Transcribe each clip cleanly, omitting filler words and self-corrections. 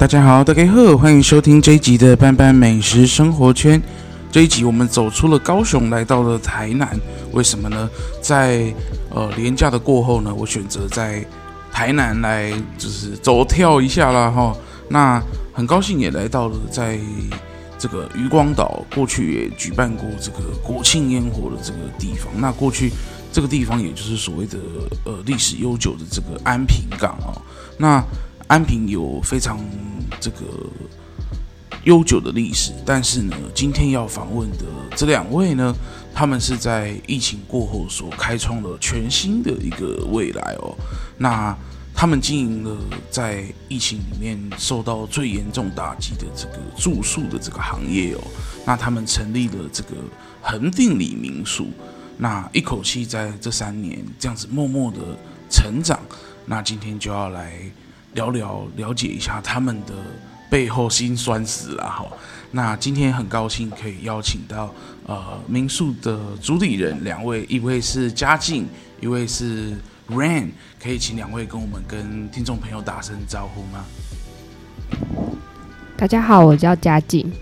大家好，大家好，欢迎收听这一集的班班美食生活圈。这一集我们走出了高雄，来到了台南。为什么呢？在连假的过后呢，我选择在台南来就是走跳一下啦哈。那很高兴也来到了在这个渔光岛，过去也举办过这个国庆烟火的这个地方。那过去这个地方也就是所谓的历史悠久的这个安平港哦。那安平有非常这个悠久的历史，但是呢，今天要访问的这两位呢，他们是在疫情过后所开创了全新的一个未来哦。那他们经营了在疫情里面受到最严重打击的这个住宿的这个行业哦。那他们成立了这个恒定里民宿，那一口气在这3年这样子默默的成长。那今天就要来了解一下他们的背后辛酸史啦哈。那今天很高兴可以邀请到民宿的主理人两位，一位是嘉靖，一位是 Rain， 可以请两位跟我们跟听众朋友打声招呼吗？ 大家好，我叫嘉靖。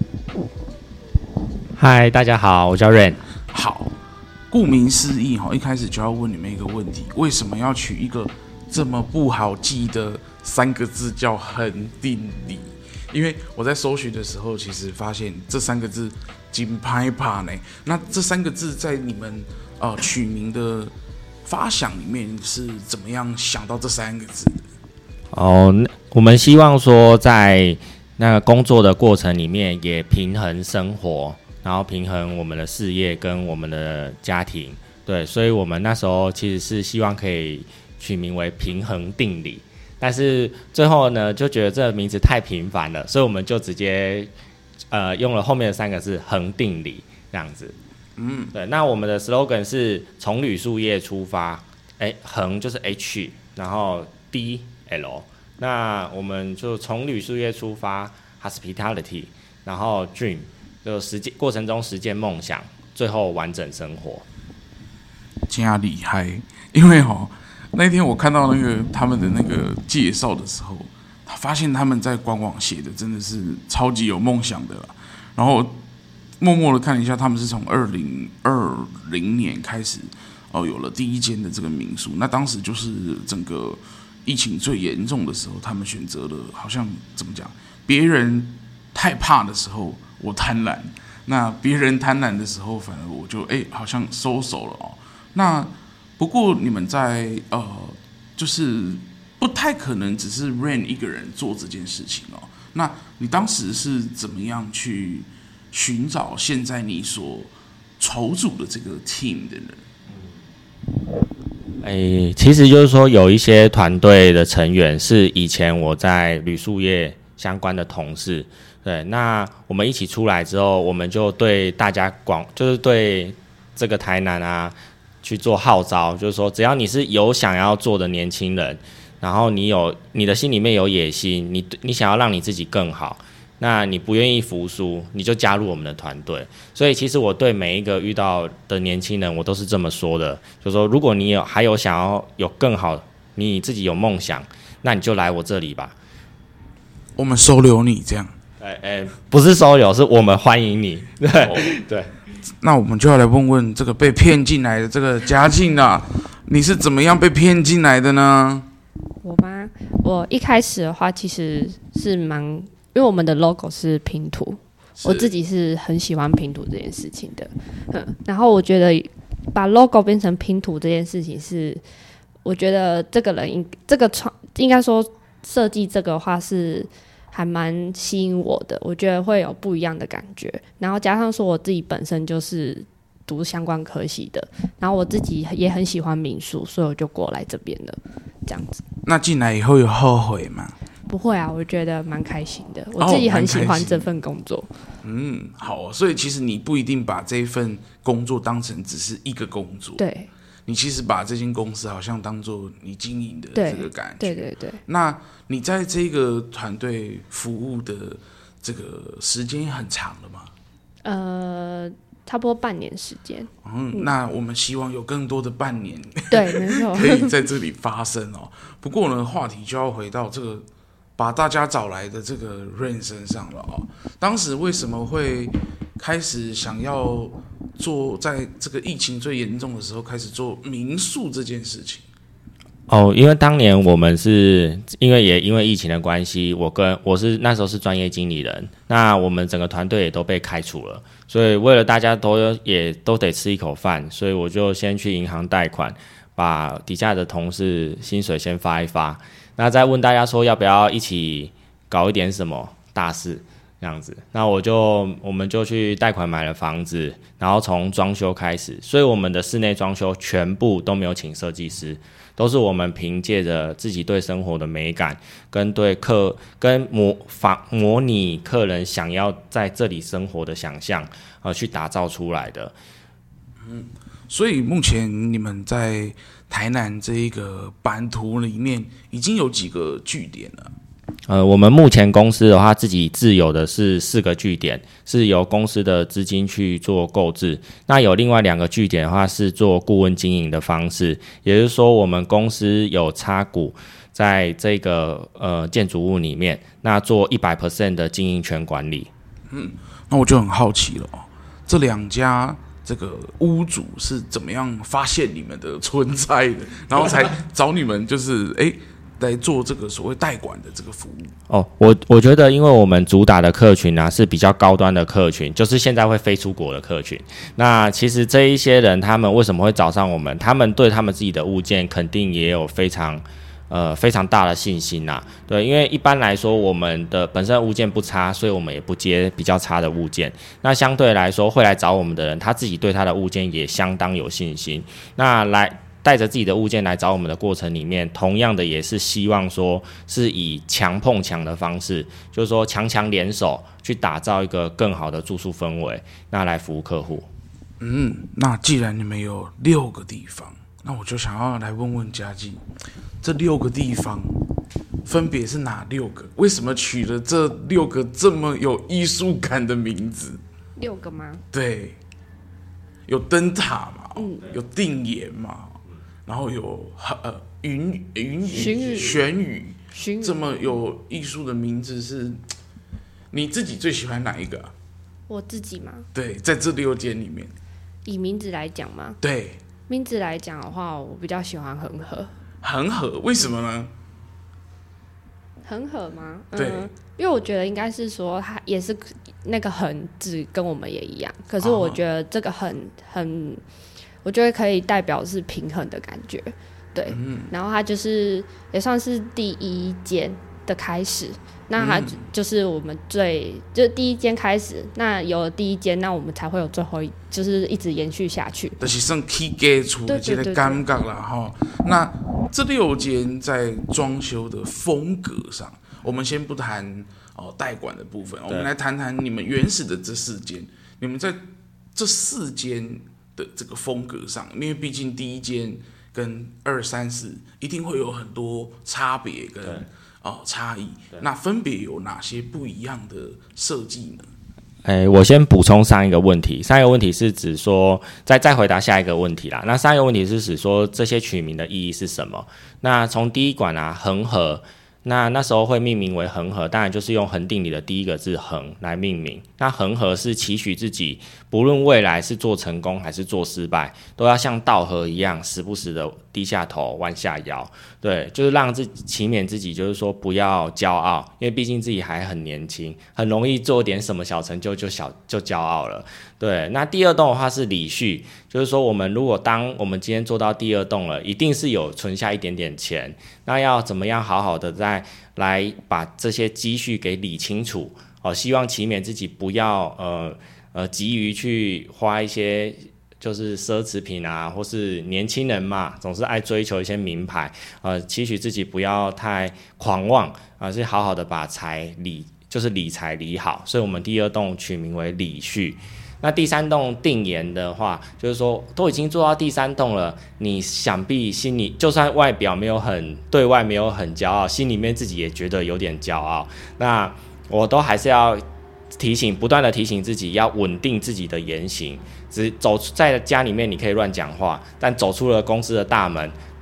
嗨，大家好，我叫 Rain。 好，顾名思义哈，一开始就要问你们一个问题：为什么要取一个这么不好记的3个字叫恒定里？因为我在搜寻的时候，其实发现这3个字金拍怕呢。那这3个字在你们取名的发想里面是怎么样想到这3个字的？ 哦，我们希望说在那个工作的过程里面也平衡生活，然后平衡我们的事业跟我们的家庭。对，所以我们那时候其实是希望可以取名为平衡定理，但是最后呢就觉得这个名字太频繁了，所以我们就直接用了后面的3个字恒定理这样子。对，那我们的 slogan 是从旅宿业出发，恒就是 H， 然后 DL， 那我们就从旅宿业出发 hospitality， 然后 dream 就过程中实践梦想，最后完整生活。 真厉害，因为那天我看到那个他们的那个介绍的时候，发现他们在官网写的真的是超级有梦想的啦。然后默默的看了一下，他们是从2020年开始有了第一间的这个民宿。那当时就是整个疫情最严重的时候，他们选择了好像怎么讲，别人太怕的时候我贪婪，那别人贪婪的时候反而我就好像收手了哦。那不过你们在就是不太可能只是 Rain 一个人做这件事情哦。那你当时是怎么样去寻找现在你所筹组的这个 team 的人？ 其实就是说有一些团队的成员是以前我在旅宿业相关的同事。对，那我们一起出来之后，我们就对大家就是对这个台南啊去做号召，就是说只要你是有想要做的年轻人，然后你的心里面有野心，你想要让你自己更好，那你不愿意服输，你就加入我们的团队。所以其实我对每一个遇到的年轻人，我都是这么说的，就是说如果你还有想要有更好，你自己有梦想，那你就来我这里吧， 我们收留你这样。 不是收留，是我们欢迎你。对，对。 那我们就要来问问这个被骗进来的这个嘉靖啊，你是怎么样被骗进来的呢？ 我吗？我一开始的话其实是因为我们的 logo 是拼图，我自己是很喜欢拼图这件事情的。然后我觉得把 logo 变成拼图这件事情是，我觉得这个人应该说设计这个的话是还蛮吸引我的，我觉得会有不一样的感觉。然后加上说我自己本身就是读相关科系的，然后我自己也很喜欢民宿，所以我就过来这边了，这样子。 那进来以后有后悔吗？ 不会啊，我觉得蛮开心的，我自己很喜欢这份工作。 好，所以其实你不一定把这份工作当成只是一个工作， 对， 你其实把这间公司好像当做你经营的这个感觉。 对。 那你在这个团队服务的这个时间很长了吗？ 差不多半年时间。 那我们希望有更多的半年， 对，没错， 可以在这里发生哦。不过呢，话题就要回到这个把大家找来的这个 Rain 身上了哦。当时为什么会开始想要做，在这个疫情最严重的时候开始做民宿这件事情？ 因为当年我们是因为疫情的关系，我是那时候是专业经理人，那我们整个团队也都被开除了，所以为了大家也都得吃一口饭，所以我就先去银行贷款，把底下的同事薪水先发一发，那再问大家说要不要一起搞一点什么大事这样子，那我们就去贷款买了房子，然后从装修开始，所以我们的室内装修全部都没有请设计师，都是我们凭借着自己对生活的美感，跟模拟客人想要在这里生活的想象，去打造出来的。 所以目前你们在台南这一个版图里面已经有几个据点了？ 我们目前公司的话，自己自有的是4个据点，是由公司的资金去做购置。那有另外2个据点的话，是做顾问经营的方式，也就是说，我们公司有插股在这个建筑物里面，那做100% 的经营权管理。 那我就很好奇了哦，这2家这个屋主是怎么样发现你们的存在的，然后才找你们就是来做这个所谓代管的这个服务？ 我觉得，因为我们主打的客群是比较高端的客群，就是现在会飞出国的客群。那其实这一些人，他们为什么会找上我们？他们对他们自己的物件肯定也有非常大的信心呐。对，因为一般来说，我们的本身物件不差，所以我们也不接比较差的物件。那相对来说，会来找我们的人，他自己对他的物件也相当有信心。那带着自己的物件来找我们的过程里面，同样的也是希望说是以强碰强的方式，就是说强联手去打造一个更好的住宿氛围，那来服务客户。 那既然你们有6个地方，那我就想要来问问嘉纪，这6个地方分别是哪6个？为什么取了这6个这么有艺术感的名字 ？6个吗？ 对，有灯塔嘛，有定岩嘛。然后有玄宇，这么有艺术的名字，是你自己最喜欢哪一个？ 我自己吗？ 对，在这6间里面， 以名字来讲吗？ 对， 名字来讲的话，我比较喜欢恒河。 恒河为什么呢？ 恒河吗？ 对， 因为我觉得应该是说它也是那个恒字跟我们也一样，可是我觉得这个很。我觉得可以代表是平衡的感觉，对。然后它就是也算是第1间的开始，那它就是我们就是第1间开始，那有了第1间，那我们才会有最后就是一直延续下去。 就是算起家厝的这个感觉啦哈。那这6间在装修的风格上，我们先不谈代管的部分，我们来谈谈你们原始的这4间，你们在这4间的这个风格上，因为毕竟第1间跟2、3、4一定会有很多差别跟差异，那分别有哪些不一样的设计呢？ 我先补充上一个问题，上一个问题是指说再回答下一个问题啦。那上一个问题是指说这些取名的意义是什么？那从第1馆恒河。那时候会命名为恒河，当然就是用恒定里的第1个字恒来命名。那恒河是期许自己，不论未来是做成功还是做失败，都要像稻禾一样，时不时的低下头、弯下腰。对，就是让期勉自己，就是说不要骄傲，因为毕竟自己还很年轻，很容易做点什么小成就就骄傲了。对，那第2栋的话是礼序，就是说我们当我们今天做到第2栋了，一定是有存下一点点钱，那要怎么样好好的再来把这些积蓄给理清楚。希望期勉自己不要急于去花一些就是奢侈品啊，或是年轻人嘛，总是爱追求一些名牌，期许自己不要太狂妄，是好好的把就是理财理好，所以我们第2栋取名为礼序。那第3栋定岩的话，就是说都已经做到第3栋了，你想必心里就算外表对外没有很骄傲，心里面自己也觉得有点骄傲。那我都还是要不断的提醒自己，要稳定自己的言行。在家里面你可以乱讲话，但走出了公司的大门，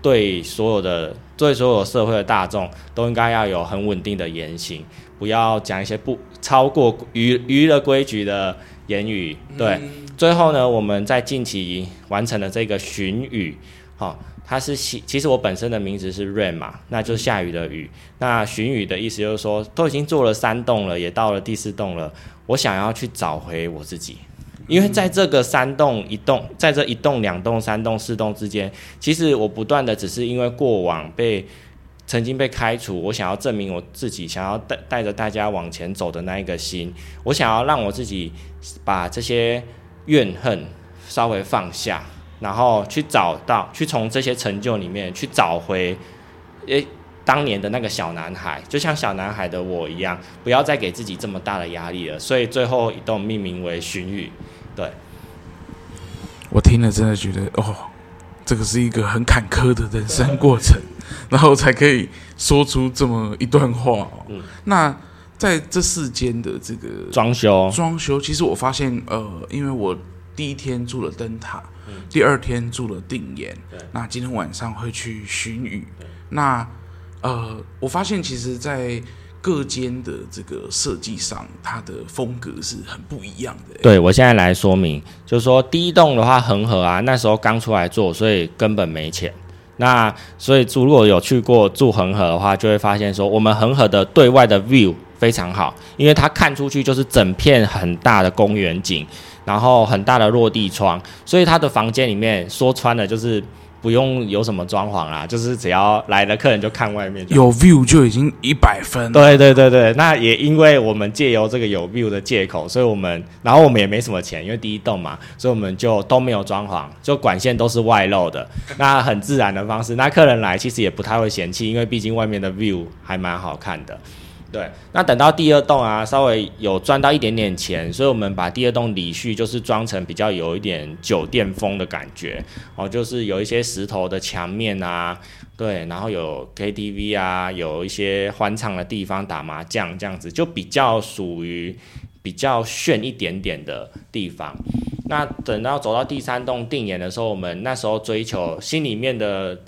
对所有社会的大众都应该要有很稳定的言行，不要讲一些不超过娱乐规矩的言语。对，最后呢，我们在近期完成了这个巡雨，它是其实我本身的名字是 rain 嘛，那就是下雨的雨。那巡雨的意思就是说，都已经做了3栋了，也到了第4栋了，我想要去找回我自己。因为在这个3栋1栋，在这1栋2栋3栋4栋之间，其实我不断的只是因为过往曾经被开除，我想要证明我自己，想要带着大家往前走的那一个心，我想要让我自己把这些怨恨稍微放下，然后去从这些成就里面去找回当年的那个小男孩，就像小男孩的我一样，不要再给自己这么大的压力了。所以最后一栋命名为巡雨。对， 我听了真的觉得这个是一个很坎坷的人生过程，然后才可以说出这么一段话那在这世间的这个装修，其实我发现因为我第1天住了灯塔，第2天住了定岩，那今天晚上会去巡雨。那我发现其实在各间的这个设计上，它的风格是很不一样的。 对，我现在来说明，就是说第1栋的话，恒河啊，那时候刚出来做，所以根本没钱。那所以如果有去过住恒河的话，就会发现说，我们恒河的对外的 view 非常好，因为它看出去就是整片很大的公园景，然后很大的落地窗，所以它的房间里面说穿了就是不用有什么装潢啦，就是只要来的客人就看外面有 view 就已经100分。 对，那也因为我们借由这个有 view 的借口，所以然后我们也没什么钱，因为第1栋嘛，所以我们就都没有装潢，就管线都是外露的，那很自然的方式，那客人来其实也不太会嫌弃，因为毕竟外面的 view 还蛮好看的。对，那等到第2栋啊，稍微有赚到一点点钱，所以我们把第2栋里续就是装成比较有一点酒店风的感觉就是有一些石头的墙面啊，对，然后有 KTV 啊，有一些欢唱的地方打麻将这样子，就比较属于比较炫一点点的地方。那等到走到第3栋定岩的时候，我们那时候追求心里面的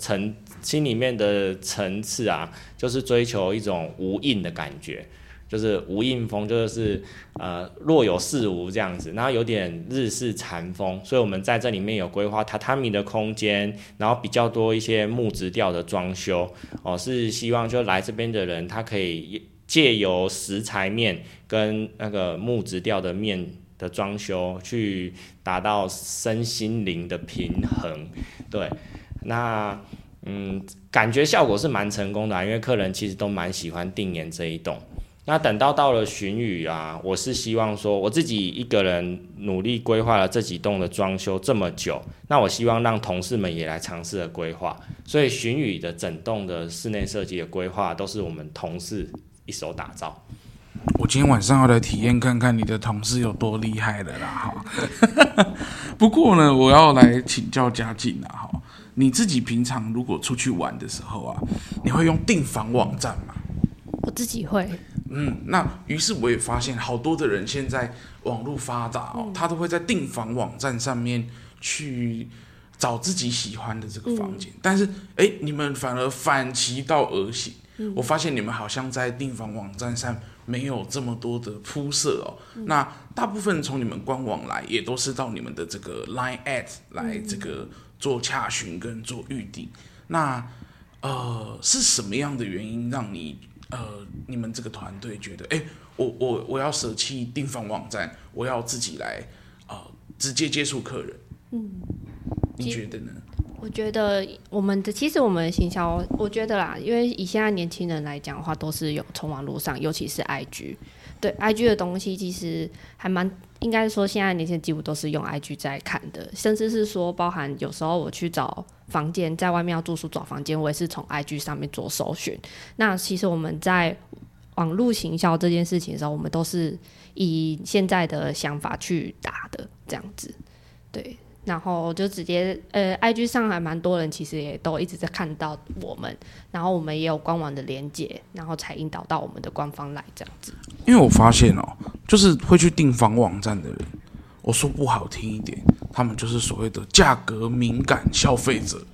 层次啊，就是追求一种无印的感觉，就是无印风，就是若有似无这样子，然后有点日式禅风，所以我们在这里面有规划榻榻米的空间，然后比较多一些木质调的装修是希望就来这边的人他可以借由石材面跟那个木质调的面的装修去达到身心灵的平衡。对，那感觉效果是蛮成功的因为客人其实都蛮喜欢定岩这一栋。那等到了巡雨啊，我是希望说我自己一个人努力规划了这几栋的装修这么久，那我希望让同事们也来尝试的规划，所以巡雨的整栋的室内设计的规划都是我们同事一手打造。 我今天晚上要来体验看看你的同事有多厉害的啦不过呢，我要来请教嘉靖啊你自己平常如果出去玩的时候啊，你会用订房网站吗？ 我自己会。 那于是我也发现好多的人现在网络发达他都会在订房网站上面去找自己喜欢的这个房间，但是你们反其道而行，我发现你们好像在订房网站上没有这么多的铺设那大部分从你们官网来也都是到你们的这个 Line@ 来这个做洽询跟做预订，那是什么样的原因让你们这个团队觉得我要舍弃订房网站，我要自己来直接接触客人？你觉得呢？ 我觉得其实我们的行销，我觉得啦，因为以现在年轻人来讲的话，都是有从网络上，尤其是 IG， 对 IG 的东西，其实还蛮应该说，现在年轻人几乎都是用 IG 在看的，甚至是说，包含有时候我去找房间，在外面要住宿找房间，我也是从 IG 上面做搜寻。那其实我们在网络行销这件事情的时候，我们都是以现在的想法去打的，这样子，对。然后就直接IG 上还蛮多人其实也都一直在看到我们，然后我们也有官网的连结，然后才引导到我们的官方来这样子。 因为我发现就是会去订房网站的人，我说不好听一点，他们就是所谓的价格敏感消费者。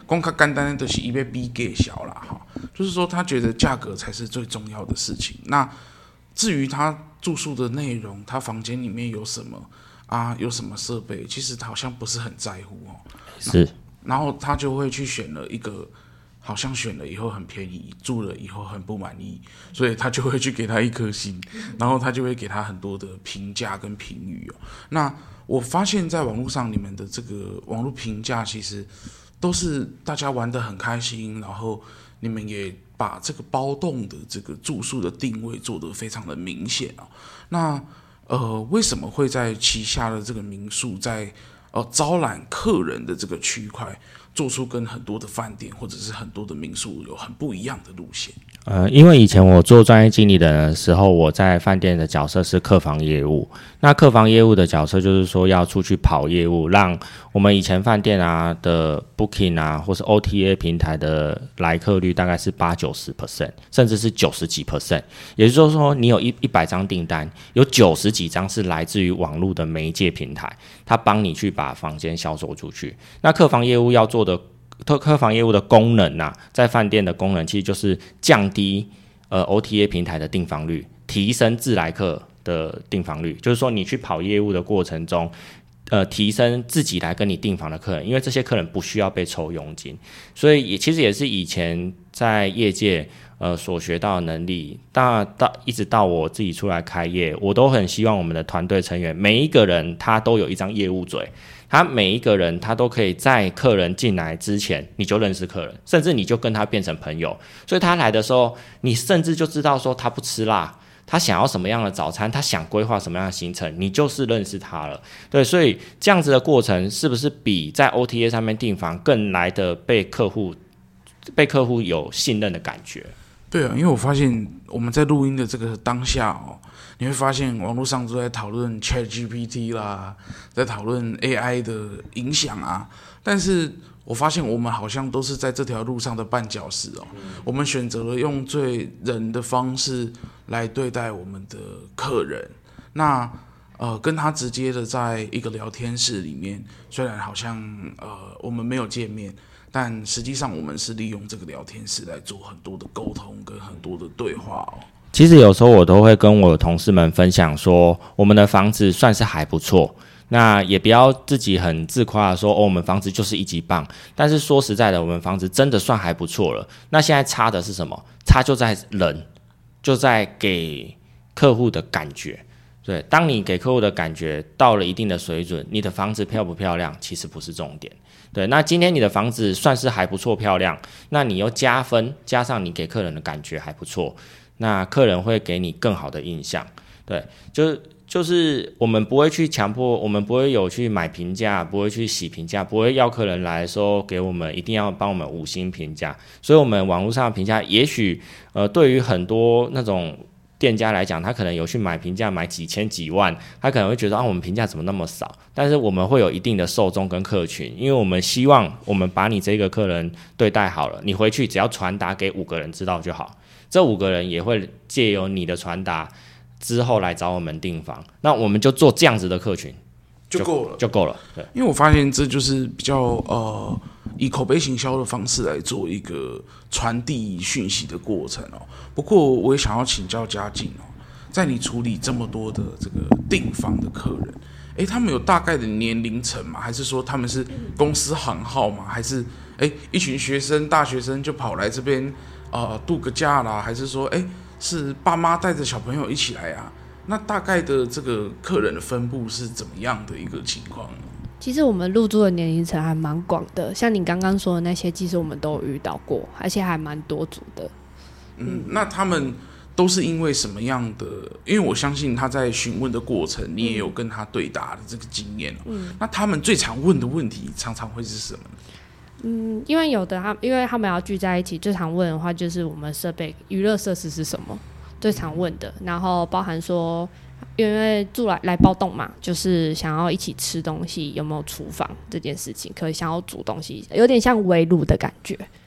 光较简单的就是伊要比价小啦哈，就是说他觉得价格才是最重要的事情。那至于他住宿的内容，他房间里面有什么啊，有什么设备，其实他好像不是很在乎哦。 是， 然后他就会去选了一个。好像选了以后很便宜，住了以后很不满意，所以他就会去给他1颗星，然后他就会给他很多的评价跟评语哦。那我发现，在网络上你们的这个网络评价，其实都是大家玩得很开心，然后你们也把这个包栋的这个住宿的定位做得非常的明显哦。那为什么会在旗下的这个民宿在招揽客人的这个区块？做出跟很多的饭店或者是很多的民宿有很不一样的路线。 因为以前我做专业经理的时候，我在饭店的角色是客房业务。那客房业务的角色就是说要出去跑业务，让我们以前饭店啊的 Booking 啊，或是 OTA 平台的来客率大概是80-90%，甚至是90几%。也就是说，你有100张订单，有90几张是来自于网络的媒介平台，它帮你去把房间销售出去。那客房业务要做的客房业务的功能啊，在饭店的功能其实就是降低OTA 平台的订房率，提升自来客的订房率。就是说，你去跑业务的过程中，提升自己来跟你订房的客人，因为这些客人不需要被抽佣金，所以其实也是以前在业界所学到的能力。一直到我自己出来开业，我都很希望我们的团队成员每一个人他都有一张业务嘴。他每一个人他都可以在客人进来之前你就认识客人，甚至你就跟他变成朋友，所以他来的时候你甚至就知道说他不吃辣，他想要什么样的早餐，他想规划什么样的行程，你就是认识他了。对，所以这样子的过程是不是比在 OTA 上面订房更来的被客户有信任的感觉？ 对啊，因为我发现我们在录音的这个当下你会发现网络上都在讨论 ChatGPT 啦，在讨论 AI 的影响啊，但是我发现我们好像都是在这条路上的绊脚石我们选择了用最人的方式来对待我们的客人，那跟他直接的在一个聊天室里面，虽然好像我们没有见面，但实际上我们是利用这个聊天室来做很多的沟通跟很多的对话其实有时候我都会跟我的同事们分享说，我们的房子算是还不错，那也不要自己很自夸的说我们房子就是1级棒，但是说实在的，我们房子真的算还不错了。那现在差的是什么？差就在人，就在给客户的感觉。对，当你给客户的感觉到了一定的水准，你的房子漂不漂亮其实不是重点。对，那今天你的房子算是还不错漂亮，那你又加分，加上你给客人的感觉还不错，那客人会给你更好的印象。对，就是我们不会去强迫，我们不会有去买评价，不会去洗评价，不会要客人来的时候给我们一定要帮我们5星评价。所以我们网络上的评价也许对于很多那种店家来讲，他可能有去买评价，买几千几万，他可能会觉得我们评价怎么那么少，但是我们会有一定的受众跟客群，因为我们希望我们把你这个客人对待好了，你回去只要传达给5个人知道就好，这5个人也会借由你的传达之后来找我们订房，那我们就做这样子的客群就够了。对， 因为我发现这就是比较以口碑行销的方式来做一个传递讯息的过程不过我也想要请教嘉靖在你处理这么多的这个订房的客人，他们有大概的年龄层吗？还是说他们是公司行号吗？还是一群学生、大学生就跑来这边度个假啦？还是说是爸妈带着小朋友一起来啊？那大概的这个客人的分布是怎么样的一个情况呢？ 其实我们入住的年龄层还蛮广的，像你刚刚说的那些，其实我们都有遇到过，而且还蛮多组的。 那他们都是因为什么样的？因为我相信他在询问的过程，你也有跟他对答的这个经验那他们最常问的问题，常常会是什么呢？ 因为因为他们要聚在一起，最常问的话就是我们设备、娱乐设施是什么，最常问的。然后包含说，因为住来包栋嘛，就是想要一起吃东西，有没有厨房这件事情，可以想要煮东西，有点像围炉的感觉。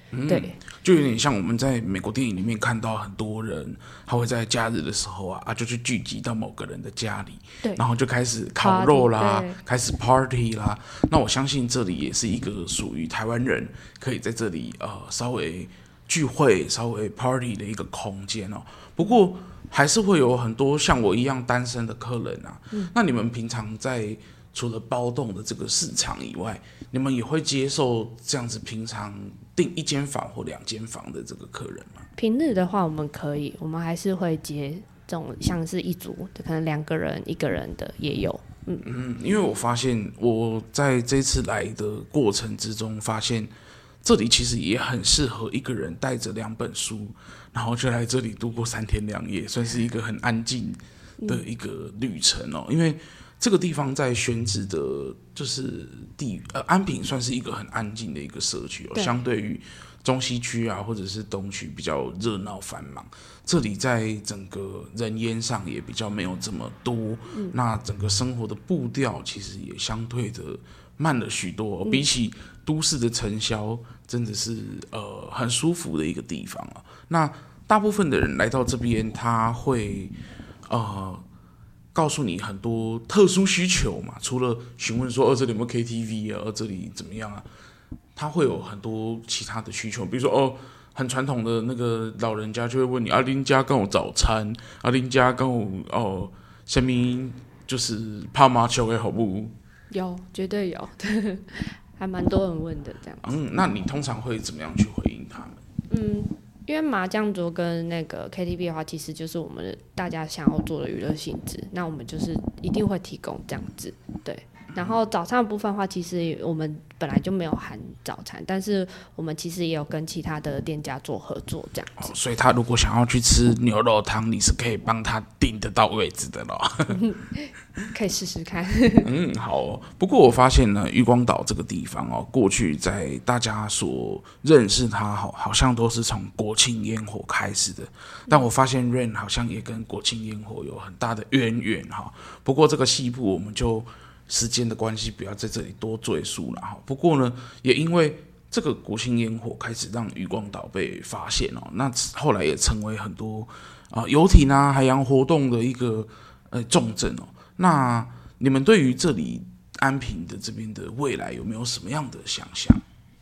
对， 就有点像我们在美国电影里面看到很多人，他会在假日的时候就去聚集到某个人的家里， 对， 然后就开始烤肉啦， Party， 开始 party 啦。那我相信这里也是一个属于台湾人可以在这里稍微聚会、稍微 party 的一个空间哦。不过还是会有很多像我一样单身的客人啊。那你们平常在除了包栋的这个市场以外，你们也会接受这样子平常订1间房或2间房的这个客人吗？ 平日的话我们可以，我们还是会接这种像是一组，可能2个人、1个人的也有。 因为我发现我在这次来的过程之中，发现这里其实也很适合一个人带着2本书，然后就来这里度过3天2夜，算是一个很安静的一个旅程哦。因为这个地方在选址的，就是安平算是一个很安静的一个社区哦，相对于中西区啊或者是东区比较热闹繁忙，这里在整个人烟上也比较没有这么多，那整个生活的步调其实也相对的慢了许多比起都市的尘嚣，真的是很舒服的一个地方啊。那大部分的人来到这边，他会告诉你很多特殊需求嘛，除了询问说这里有没有 KTV 啊，这里怎么样啊，他会有很多其他的需求，比如说很传统的那个老人家就会问你恁家跟我早餐恁家跟我什么就是泡麻球的服务， 有，绝对有还蛮多人问的这样。 那你通常会怎么样去回应他们？ 因为麻将桌跟那个 KTV 的话，其实就是我们大家想要做的娱乐性质，那我们就是一定会提供这样子，对。然后早餐的部分的话，其实我们本来就没有含早餐，但是我们其实也有跟其他的店家做合作这样子。 所以他如果想要去吃牛肉汤，你是可以帮他订得到位置的咯。 可以试试看。 好哦。不过我发现呢，渔光岛这个地方过去在大家所认识它好像都是从国庆烟火开始的，但我发现 Rain 好像也跟国庆烟火有很大的渊源哈。不过这个细部我们就时间的关系，不要在这里多赘述了哈。不过呢，也因为这个国庆烟火开始让渔光岛被发现那后来也成为很多游艇海洋活动的一个重镇那你们对于这里安平的这边的未来有没有什么样的想象？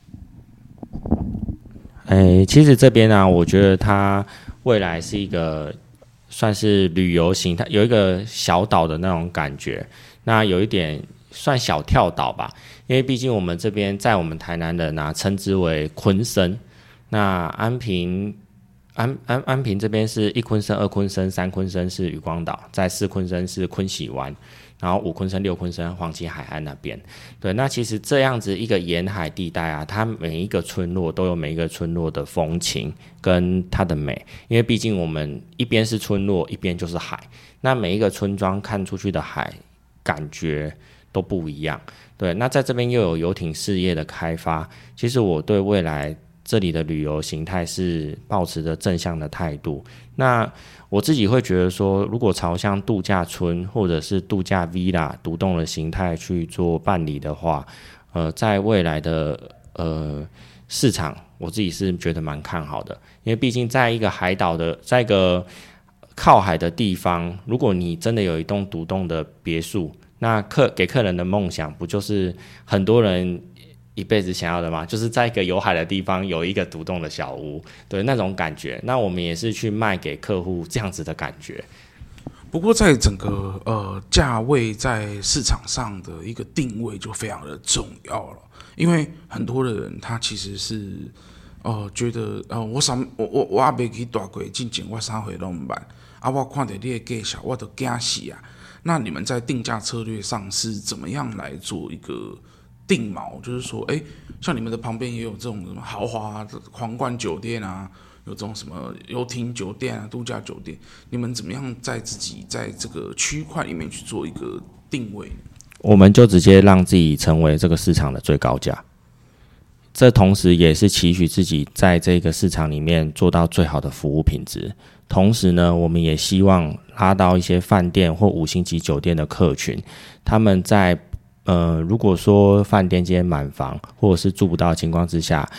其实这边我觉得它未来是一个算是旅游形态，有一个小岛的那种感觉。那有一点算小跳岛吧，因为毕竟我们这边在我们台南人称之为昆生，那安平这边是1昆生、2昆生、3昆生是渔光岛，在4昆生是昆喜湾，然后5昆生、6昆生黄金海岸那边。对，那其实这样子一个沿海地带它每一个村落都有每一个村落的风情跟它的美，因为毕竟我们一边是村落，一边就是海，那每一个村庄看出去的海感觉都不一样。对，那在这边又有游艇事业的开发，其实我对未来这里的旅游形态是抱持着正向的态度。那我自己会觉得说，如果朝向度假村或者是度假 villa 独栋的形态去做办理的话，在未来的市场，我自己是觉得蛮看好的。因为毕竟在一个海岛的，在一个靠海的地方，如果你真的有一栋独栋的别墅，那给客人的梦想不就是很多人一辈子想要的吗？就是在一个有海的地方有一个独栋的小屋，对，那种感觉。那我们也是去卖给客户这样子的感觉。 不过在整个价位在市场上的一个定位就非常的重要了，因为很多的人他其实是觉得我还没去大过进前我3岁都不捌我看到你的介绍我都惊死啊。那你们在定价策略上是怎么样来做一个定锚？就是说像你们的旁边也有这种什么豪华皇冠酒店有这种什么游艇酒店度假酒店，你们怎么样在自己在这个区块里面去做一个定位？ 我们就直接让自己成为这个市场的最高价，这同时也是期许自己在这个市场里面做到最好的服务品质。同时呢，我们也希望拉到一些饭店或5星级酒店的客群，他们在如果说饭店今天满房或者是住不到的情况之下，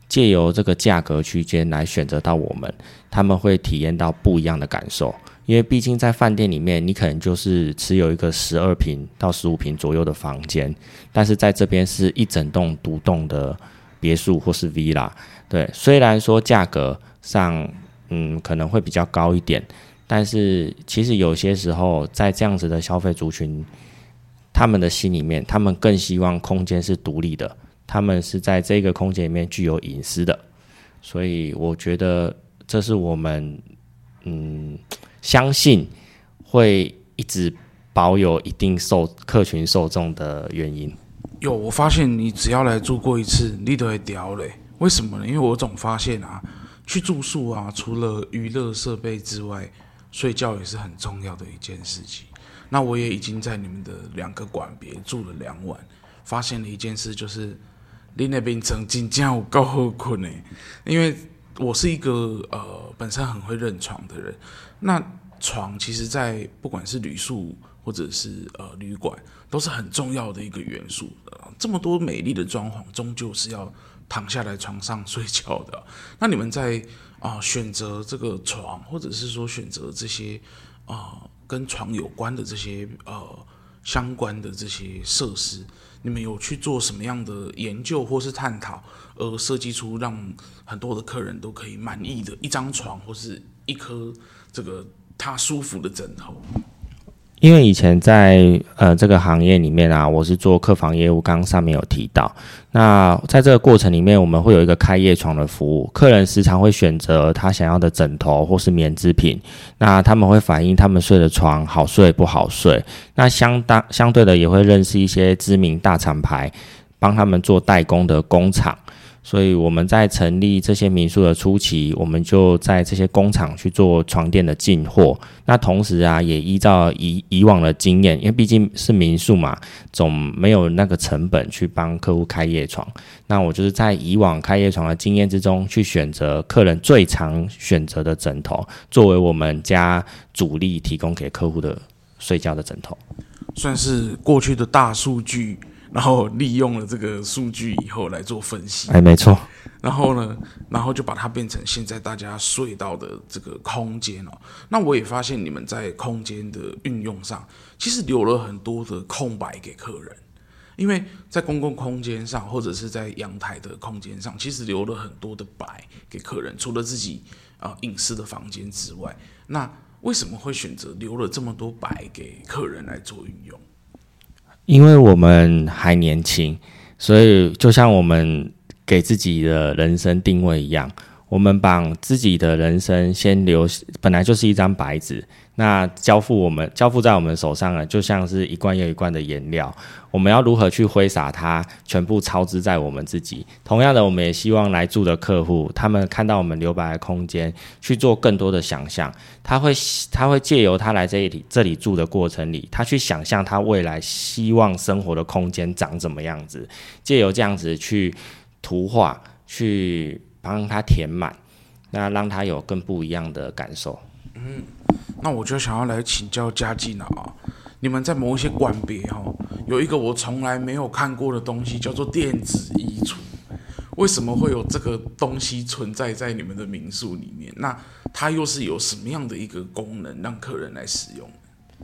借由这个价格区间来选择到我们，他们会体验到不一样的感受。因为毕竟在饭店里面，你可能就是持有一个12平到15平左右的房间，但是在这边是一整栋独栋的别墅或是 villa。对，虽然说价格上可能会比较高一点，但是其实有些时候在这样子的消费族群，他们的心里面，他们更希望空间是独立的，他们是在这个空间里面具有隐私的。所以我觉得这是我们相信会一直保有一定客群受众的原因。 有，我发现你只要来住过一次，你都会屌嘞。为什么呢？因为我总发现啊，去住宿啊，除了娱乐设备之外，睡觉也是很重要的一件事情。那我也已经在你们的2个馆别住了2晚，发现了一件事，就是你那边真的有够好困的。因为我是一个本身很会认床的人，那床其实在不管是旅宿或者是旅馆，都是很重要的一个元素。这么多美丽的装潢，终究是要躺下来床上睡觉的。那你们在选择这个床，或者是说选择这些跟床有关的这些相关的这些设施，你们有去做什么样的研究或是探讨，而设计出让很多的客人都可以满意的一张床，或是一颗这个他舒服的枕头？ 因为以前在这个行业里面啊，我是做客房业务，刚刚上面有提到。那在这个过程里面，我们会有一个开业床的服务，客人时常会选择他想要的枕头或是棉织品，那他们会反映他们睡的床好睡不好睡。那相对的也会认识一些知名大厂牌，帮他们做代工的工厂。所以我们在成立这些民宿的初期，我们就在这些工厂去做床垫的进货。那同时啊，也依照以往的经验，因为毕竟是民宿嘛，总没有那个成本去帮客户开业床。那我就是在以往开业床的经验之中，去选择客人最常选择的枕头，作为我们家主力提供给客户的睡觉的枕头。 算是过去的大数据，然后利用了这个数据以后来做分析。 没错。 然后呢，就把它变成现在大家睡到的这个空间哦。那我也发现你们在空间的运用上，其实留了很多的空白给客人。因为在公共空间上，或者是在阳台的空间上，其实留了很多的白给客人，除了自己隐私的房间之外，那为什么会选择留了这么多白给客人来做运用？ 因为我们还年轻，所以就像我们给自己的人生定位一样，我们把自己的人生先留，本来就是一张白纸，那交付在我们手上了，就像是一罐又一罐的颜料，我们要如何去挥洒它，全部操之在我们自己。同样的，我们也希望来住的客户，他们看到我们留白的空间，去做更多的想象。他会借由他来这里住的过程里，他去想象他未来希望生活的空间长怎么样子，借由这样子去图画，去帮他填满，那让他有更不一样的感受。 那我就想要来请教嘉靖你们在某一些馆别有一个我从来没有看过的东西，叫做电子衣橱。为什么会有这个东西存在在你们的民宿里面？那它又是有什么样的一个功能让客人来使用？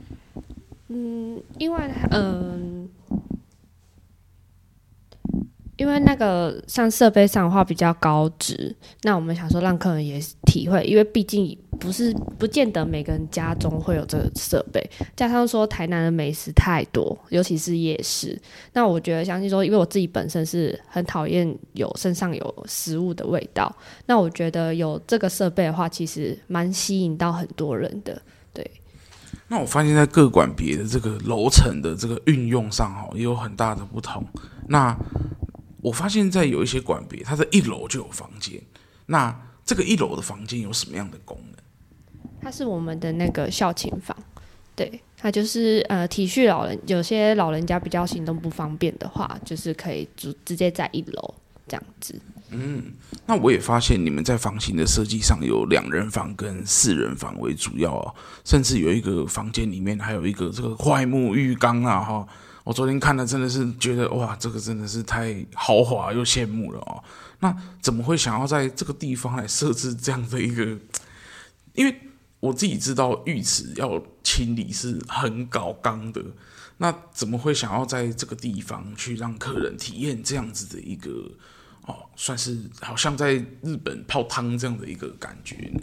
因为那个像设备上的话比较高值，那我们想说让客人也体会，因为毕竟不见得每个人家中会有这个设备，加上说台南的美食太多，尤其是夜市，那我觉得相信说，因为我自己本身是很讨厌身上有食物的味道，那我觉得有这个设备的话，其实蛮吸引到很多人的。对。 那我发现在各馆别的这个楼层的这个运用上也有很大的不同。那我发现在有一些馆别，它的1楼就有房间。那这个1楼的房间有什么样的功能？ 它是我们的那个孝亲房，对，它就是体恤老人，有些老人家比较行动不方便的话，就是可以直接在1楼这样子。 那我也发现你们在房型的设计上有2人房跟4人房为主要甚至有一个房间里面还有一个这个檜木浴缸我昨天看了真的是觉得哇，这个真的是太豪华又羡慕了哦。那怎么会想要在这个地方来设置这样的一个？因为我自己知道浴池要清理是很搞纲的，那怎么会想要在这个地方去让客人体验这样子的一个算是好像在日本泡汤这样的一个感觉呢？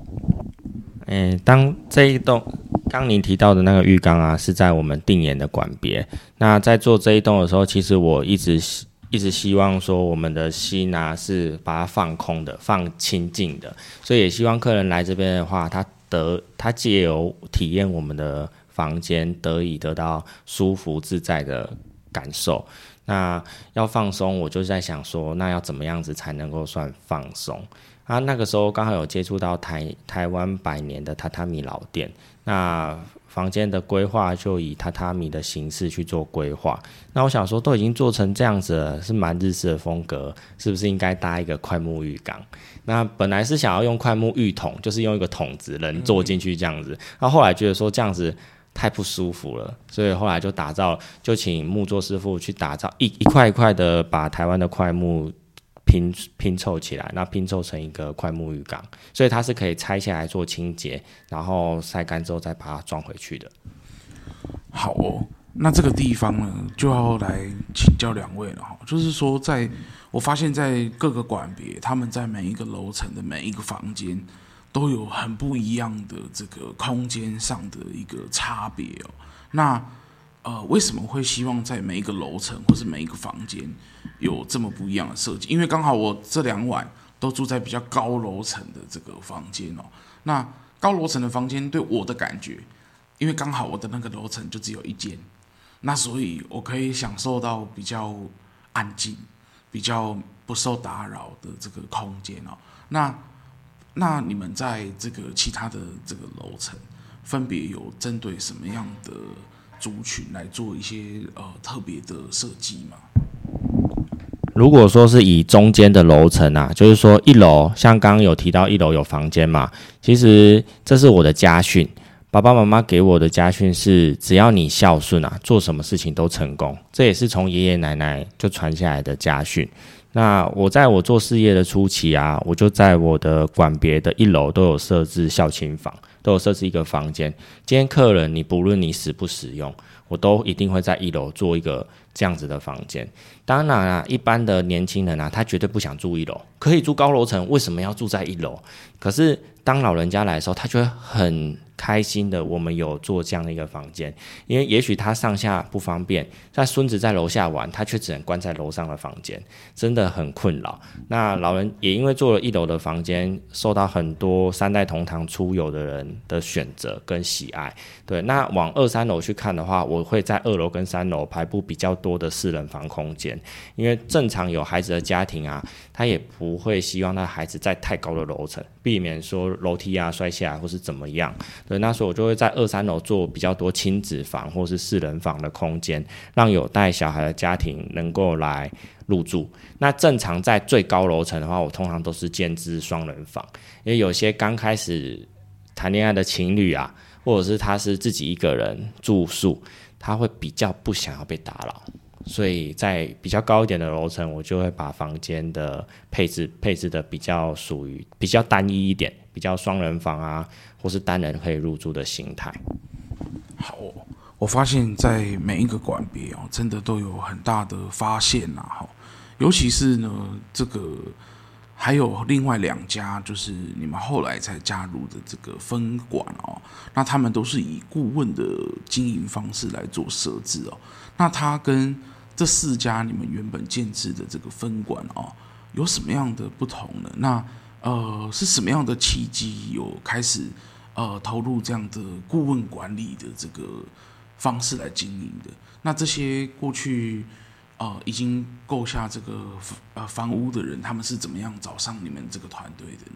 当这一栋刚您提到的那个浴缸啊，是在我们定研的馆别。那在做这一栋的时候，其实我一直希望说，我们的心啊是把它放空的、放清净的，所以也希望客人来这边的话，他藉由体验我们的房间，得到舒服自在的感受。那要放松，我就在想说，那要怎么样子才能够算放松？那个时候刚好有接触到台湾100年的榻榻米老店，那房间的规划就以榻榻米的形式去做规划。那我想说，都已经做成这样子了，是蛮日式的风格，是不是应该搭一个快木浴缸？那本来是想要用快木浴桶，就是用一个桶子人坐进去这样子。那后来觉得说这样子太不舒服了，所以后来就请木作师傅去打造一块一块的把台湾的快木拼凑起来，那拼凑成一个快木浴缸，所以它是可以拆下来做清洁，然后晒干之后再把它装回去的。 好哦，那这个地方呢，就要来请教两位了哈。就是说，我发现在各个馆别，他们在每一个楼层的每一个房间，都有很不一样的这个空间上的一个差别哦。那为什么会希望在每一个楼层或是每一个房间有这么不一样的设计？因为刚好我这2晚都住在比较高楼层的这个房间哦。那高楼层的房间对我的感觉，因为刚好我的那个楼层就只有1间，那所以我可以享受到比较安静、比较不受打扰的这个空间哦。那你们在这个其他的这个楼层，分别有针对什么样的族群来做一些特别的设计吗？ 如果说是以中间的楼层啊，就是说1楼，像刚刚有提到1楼有房间嘛，其实这是我的家训，爸爸妈妈给我的家训是，只要你孝顺啊，做什么事情都成功，这也是从爷爷奶奶就传下来的家训。那在我做事业的初期啊，我就在我的馆别的1楼都有设置孝亲房，都有设置一个房间。今天客人你不论你使不使用，我都一定会在1楼做一个这样子的房间。当然啊，一般的年轻人啊，他绝对不想住1楼，可以住高楼层，为什么要住在1楼？可是当老人家来的时候，他就会很开心的，我们有做这样的一个房间，因为也许他上下不方便，他孙子在楼下玩，他却只能关在楼上的房间，真的很困扰。那老人也因为做了1楼的房间，受到很多3代同堂出游的人的选择跟喜爱。对，那往2、3楼去看的话，我会在2楼跟3楼排布比较多的4人房空间，因为正常有孩子的家庭啊，他也不会希望他孩子在太高的楼层，避免说楼梯啊摔下来或是怎么样。对，那所以我就会在2、3楼做比较多亲子房或是4人房的空间，让有带小孩的家庭能够来入住。那正常在最高楼层的话，我通常都是建置双人房，因为有些刚开始谈恋爱的情侣啊，或者是他是自己一个人住宿，他会比较不想要被打扰，所以在比较高一点的楼层，我就会把房间的配置的比较属于比较单一一点，比较双人房啊，或是单人可以入住的形态。 好哦，我发现在每一个馆别哦，真的都有很大的发现呐哈，尤其是呢这个还有另外2家，就是你们后来才加入的这个分馆哦，那他们都是以顾问的经营方式来做设置哦。那它跟这4家你们原本建制的这个分馆哦，有什么样的不同呢？那是什么样的契机有开始投入这样的顾问管理的这个方式来经营的？那这些过去已经购下这个房屋的人，他们是怎么样找上你们这个团队的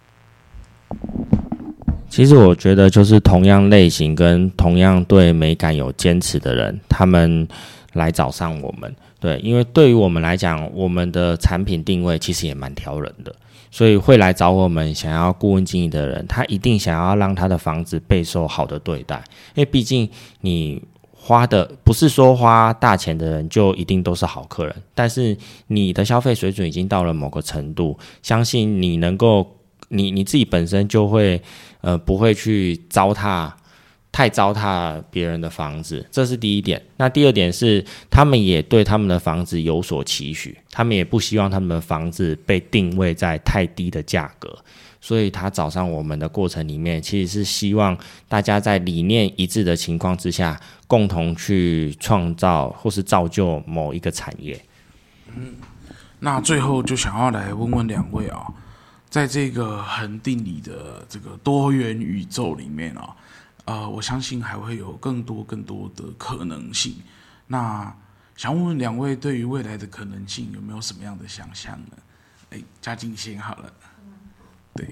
呢？ 其实我觉得就是同样类型跟同样对美感有坚持的人，他们来找上我们。对，因为对于我们来讲，我们的产品定位其实也蛮挑人的，所以会来找我们想要顾问经营的人，他一定想要让他的房子备受好的对待，因为毕竟你不是说花大钱的人就一定都是好客人，但是你的消费水准已经到了某个程度，相信你能够你自己本身就会不会去太糟蹋别人的房子，这是第一点。那第二点是，他们也对他们的房子有所期许，他们也不希望他们的房子被定位在太低的价格，所以他找上我们的过程里面，其实是希望大家在理念一致的情况之下，共同去创造或是造就某一个产业。 那最后就想要来问问两位啊，在这个恒定理的这个多元宇宙里面啊。我相信还会有更多的可能性。那想问问两位，对于未来的可能性有没有什么样的想象呢？嘉靖先好了。对，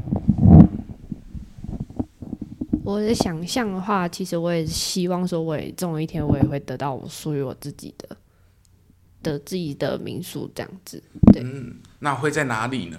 我的想象的话，其实我也希望说，我也总有一天我也会得到我属于我自己的民宿这样子。对， 那会在哪里呢？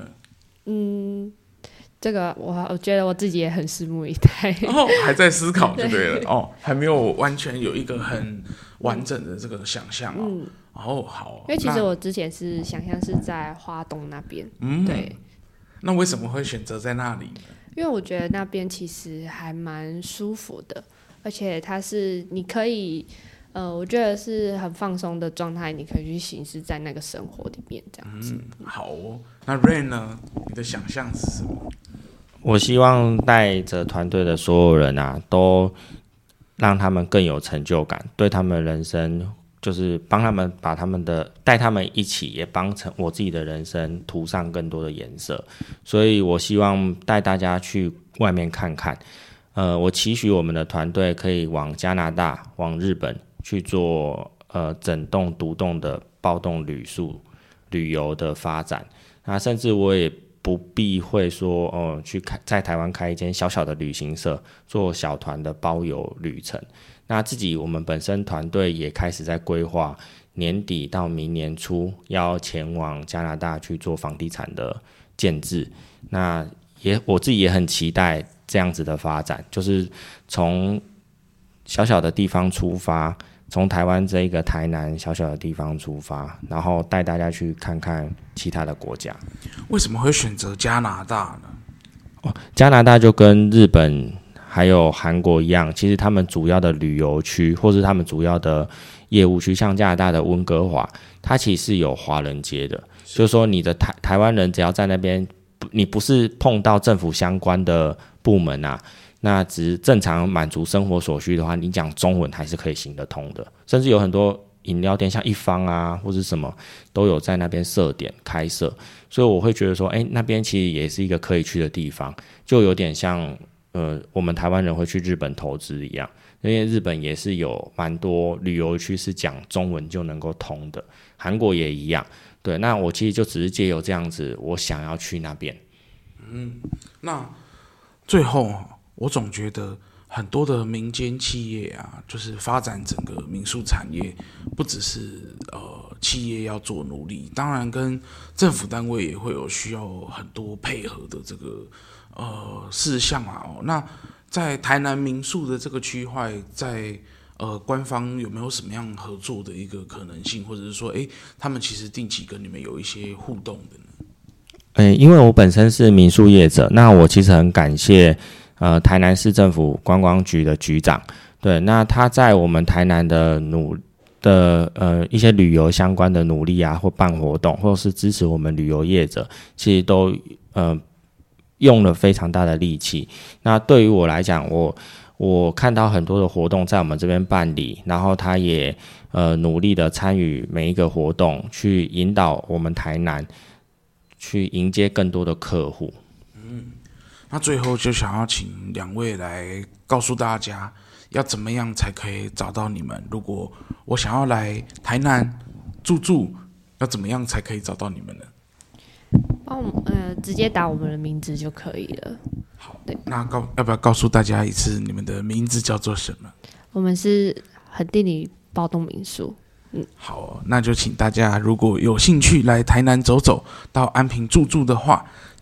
这个我觉得我自己也很拭目以待。 还在思考就对了。还没有完全有一个很完整的这个想象好。 因为其实我之前是想象是在花东那边。对。 那为什么会选择在那里呢？ 因为我觉得那边其实还蛮舒服的，而且它是你可以我觉得是很放松的状态，你可以去行使在那个生活里面这样子。 好那 Rain 呢？你的想象是什么？ 我希望带着团队的所有人啊，都让他们更有成就感，对他们的人生就是帮他们带他们一起，也帮成我自己的人生涂上更多的颜色。所以我希望带大家去外面看看。我期许我们的团队可以往加拿大、往日本去做整栋独栋的包栋旅游的发展。那甚至我也不避讳说在台湾开一间小小的旅行社，做小团的包邮旅程。那我们本身团队也开始在规划，年底到明年初要前往加拿大去做房地产的建制。那我自己也很期待这样子的发展，就是从小小的地方出发，从台湾这一个台南小小的地方出发，然后带大家去看看其他的国家。 为什么会选择加拿大呢？ 加拿大就跟日本还有韩国一样，其实他们主要的旅游区或是他们主要的业务区，像加拿大的温哥华，它其实是有华人街的，就是说你的台湾人只要在那边，你不是碰到政府相关的部门啊，那只是正常满足生活所需的话，你讲中文还是可以行得通的。甚至有很多饮料店，像一方啊或是什么，都有在那边设点开设。所以我会觉得说，那边其实也是一个可以去的地方，就有点像我们台湾人会去日本投资一样，因为日本也是有蛮多旅游区是讲中文就能够通的，韩国也一样。对，那我其实就只是借由这样子，我想要去那边。 那最后我总觉得很多的民间企业啊，就是发展整个民宿产业，不只是企业要做努力，当然跟政府单位也会有需要很多配合的这个事项啊。那在台南民宿的这个区块，在官方有没有什么样合作的一个可能性，或者是说，他们其实定期跟你们有一些互动的呢？ 因为我本身是民宿业者，那我其实很感谢台南市政府观光局的局长，对，那他在我们台南的一些旅游相关的努力啊，或办活动，或是支持我们旅游业者，其实都用了非常大的力气。那对于我来讲，我看到很多的活动在我们这边办理，然后他也努力的参与每一个活动，去引导我们台南去迎接更多的客户。 那最后就想要请两位来告诉大家，要怎么样才可以找到你们？如果我想要来台南住，要怎么样才可以找到你们呢？ 帮我们直接打我们的名字就可以了。 好，对，那要不要告诉大家一次你们的名字叫做什么？ 我们是恒定理包栋民宿。 好，那就请大家如果有兴趣来台南走走，到安平住的话，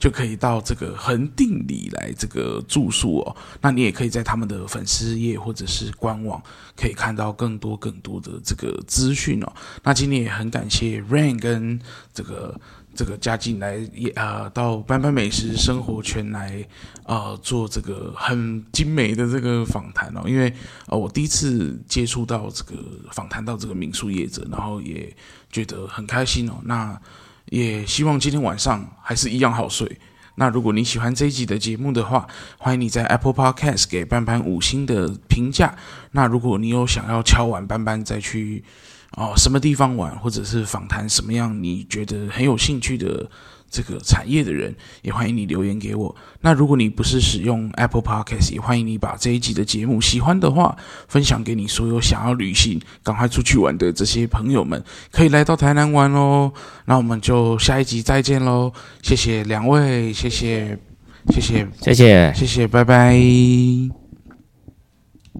就可以到这个恒定里来这个住宿哦。那你也可以在他们的粉丝页或者是官网可以看到更多的这个资讯哦。那今天也很感谢 Rain 跟这个嘉靖来到班班美食生活圈来做这个很精美的这个访谈哦。因为我第一次接触到这个访谈到这个民宿业者，然后也觉得很开心哦。那也希望今天晚上还是一样好睡。那如果你喜欢这一集的节目的话，欢迎你在 Apple Podcast 给班班5星的评价。那如果你有想要敲碗班班再去什么地方玩，或者是访谈什么样你觉得很有兴趣的这个产业的人，也欢迎你留言给我。那如果你不是使用 Apple Podcast， 也欢迎你把这一集的节目喜欢的话分享给你所有想要旅行赶快出去玩的这些朋友们，可以来到台南玩咯。那我们就下一集再见咯。谢谢两位，谢谢，拜拜。